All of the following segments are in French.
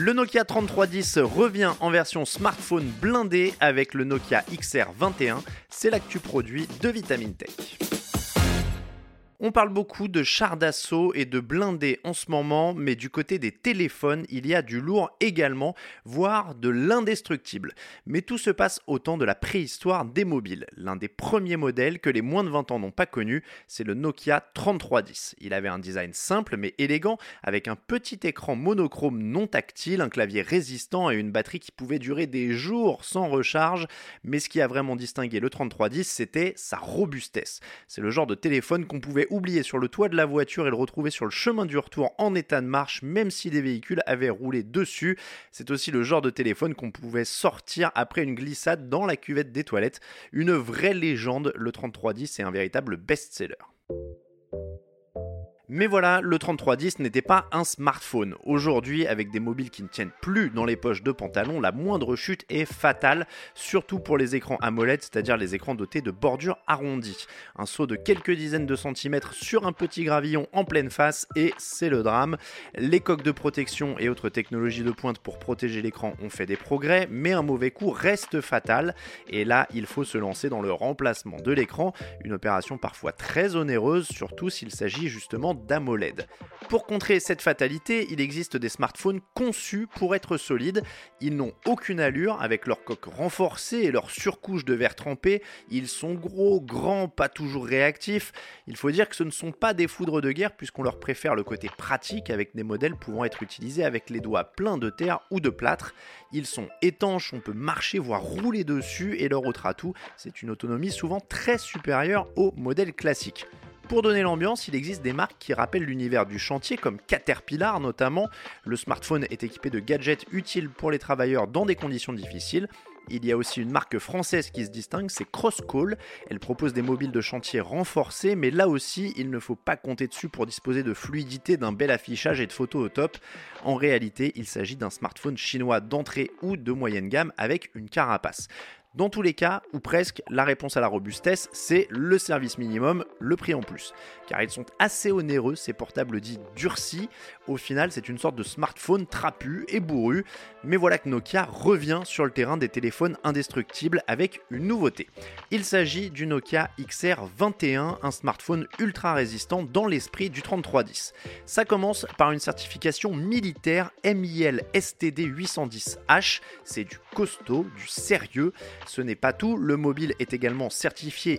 Le Nokia 3310 revient en version smartphone blindé avec le Nokia XR21. C'est l'actu produit de Vitamine Tech. On parle beaucoup de chars d'assaut et de blindés en ce moment, mais du côté des téléphones, il y a du lourd également, voire de l'indestructible. Mais tout se passe au temps de la préhistoire des mobiles. L'un des premiers modèles que les moins de 20 ans n'ont pas connu, c'est le Nokia 3310. Il avait un design simple mais élégant, avec un petit écran monochrome non tactile, un clavier résistant et une batterie qui pouvait durer des jours sans recharge. Mais ce qui a vraiment distingué le 3310, c'était sa robustesse. C'est le genre de téléphone qu'on pouvait oublier sur le toit de la voiture et le retrouver sur le chemin du retour en état de marche, même si des véhicules avaient roulé dessus. C'est aussi le genre de téléphone qu'on pouvait sortir après une glissade dans la cuvette des toilettes. Une vraie légende, le 3310 est un véritable best-seller. Mais voilà, le 3310 n'était pas un smartphone. Aujourd'hui, avec des mobiles qui ne tiennent plus dans les poches de pantalon, la moindre chute est fatale, surtout pour les écrans AMOLED, c'est-à-dire les écrans dotés de bordures arrondies. Un saut de quelques dizaines de centimètres sur un petit gravillon en pleine face et c'est le drame. Les coques de protection et autres technologies de pointe pour protéger l'écran ont fait des progrès, mais un mauvais coup reste fatal. Et là, il faut se lancer dans le remplacement de l'écran, une opération parfois très onéreuse, surtout s'il s'agit justement d'AMOLED. Pour contrer cette fatalité, il existe des smartphones conçus pour être solides. Ils n'ont aucune allure avec leur coque renforcée et leur surcouche de verre trempé. Ils sont gros, grands, pas toujours réactifs. Il faut dire que ce ne sont pas des foudres de guerre puisqu'on leur préfère le côté pratique avec des modèles pouvant être utilisés avec les doigts pleins de terre ou de plâtre. Ils sont étanches, on peut marcher voire rouler dessus et leur autre atout, c'est une autonomie souvent très supérieure aux modèles classiques. Pour donner l'ambiance, il existe des marques qui rappellent l'univers du chantier, comme Caterpillar notamment. Le smartphone est équipé de gadgets utiles pour les travailleurs dans des conditions difficiles. Il y a aussi une marque française qui se distingue, c'est Crosscall. Elle propose des mobiles de chantier renforcés, mais là aussi, il ne faut pas compter dessus pour disposer de fluidité, d'un bel affichage et de photos au top. En réalité, il s'agit d'un smartphone chinois d'entrée ou de moyenne gamme avec une carapace. Dans tous les cas, ou presque, la réponse à la robustesse, c'est le service minimum, le prix en plus. Car ils sont assez onéreux, ces portables dits durcis. Au final, c'est une sorte de smartphone trapu et bourru. Mais voilà que Nokia revient sur le terrain des téléphones indestructibles avec une nouveauté. Il s'agit du Nokia XR21, un smartphone ultra résistant dans l'esprit du 3310. Ça commence par une certification militaire MIL STD 810H. C'est du costaud, du sérieux. Ce n'est pas tout, le mobile est également certifié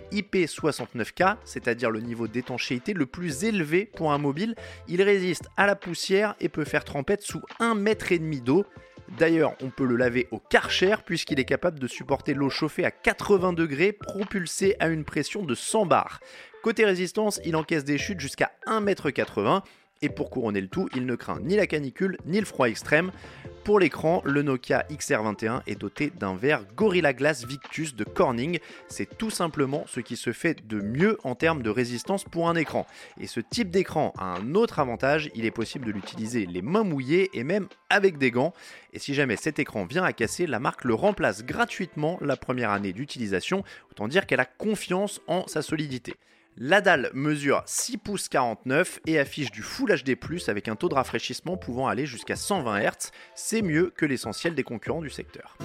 IP69K, c'est-à-dire le niveau d'étanchéité le plus élevé pour un mobile. Il résiste à la poussière et peut faire trempette sous 1,5 m d'eau. D'ailleurs, on peut le laver au Karcher puisqu'il est capable de supporter l'eau chauffée à 80 degrés propulsée à une pression de 100 bars. Côté résistance, il encaisse des chutes jusqu'à 1,80 m. Et pour couronner le tout, il ne craint ni la canicule ni le froid extrême. Pour l'écran, le Nokia XR21 est doté d'un verre Gorilla Glass Victus de Corning. C'est tout simplement ce qui se fait de mieux en termes de résistance pour un écran. Et ce type d'écran a un autre avantage, il est possible de l'utiliser les mains mouillées et même avec des gants. Et si jamais cet écran vient à casser, la marque le remplace gratuitement la première année d'utilisation. Autant dire qu'elle a confiance en sa solidité. La dalle mesure 6 pouces 49 et affiche du Full HD+, avec un taux de rafraîchissement pouvant aller jusqu'à 120 Hz. C'est mieux que l'essentiel des concurrents du secteur.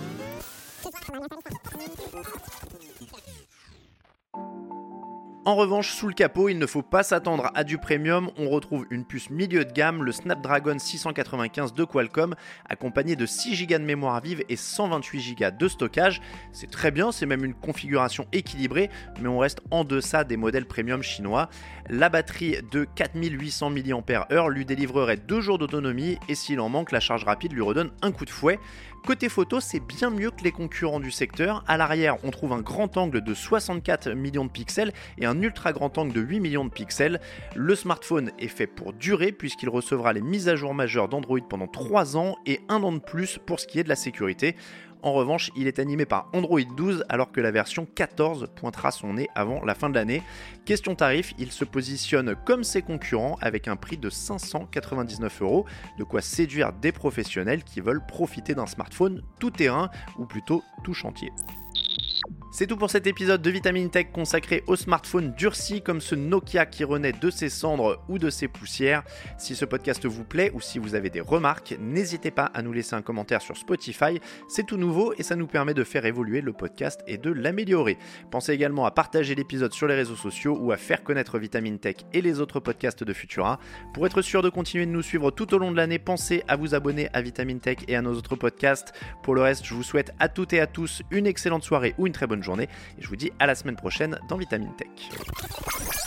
En revanche, sous le capot, il ne faut pas s'attendre à du premium. On retrouve une puce milieu de gamme, le Snapdragon 695 de Qualcomm, accompagné de 6 Go de mémoire vive et 128 Go de stockage. C'est très bien, c'est même une configuration équilibrée, mais on reste en deçà des modèles premium chinois. La batterie de 4800 mAh lui délivrerait 2 jours d'autonomie et s'il en manque, la charge rapide lui redonne un coup de fouet. Côté photo, c'est bien mieux que les concurrents du secteur. À l'arrière, on trouve un grand angle de 64 millions de pixels et un ultra grand angle de 8 millions de pixels. Le smartphone est fait pour durer puisqu'il recevra les mises à jour majeures d'Android pendant 3 ans et 1 an de plus pour ce qui est de la sécurité. En revanche, il est animé par Android 12 alors que la version 14 pointera son nez avant la fin de l'année. Question tarif, il se positionne comme ses concurrents avec un prix de 599 €, de quoi séduire des professionnels qui veulent profiter d'un smartphone tout terrain ou plutôt tout chantier. C'est tout pour cet épisode de Vitamine Tech consacré aux smartphones durcis comme ce Nokia qui renaît de ses cendres ou de ses poussières. Si ce podcast vous plaît ou si vous avez des remarques, n'hésitez pas à nous laisser un commentaire sur Spotify. C'est tout nouveau et ça nous permet de faire évoluer le podcast et de l'améliorer. Pensez également à partager l'épisode sur les réseaux sociaux ou à faire connaître Vitamine Tech et les autres podcasts de Futura. Pour être sûr de continuer de nous suivre tout au long de l'année, pensez à vous abonner à Vitamine Tech et à nos autres podcasts. Pour le reste, je vous souhaite à toutes et à tous une excellente soirée ou une très bonne journée et je vous dis à la semaine prochaine dans Vitamine Tech.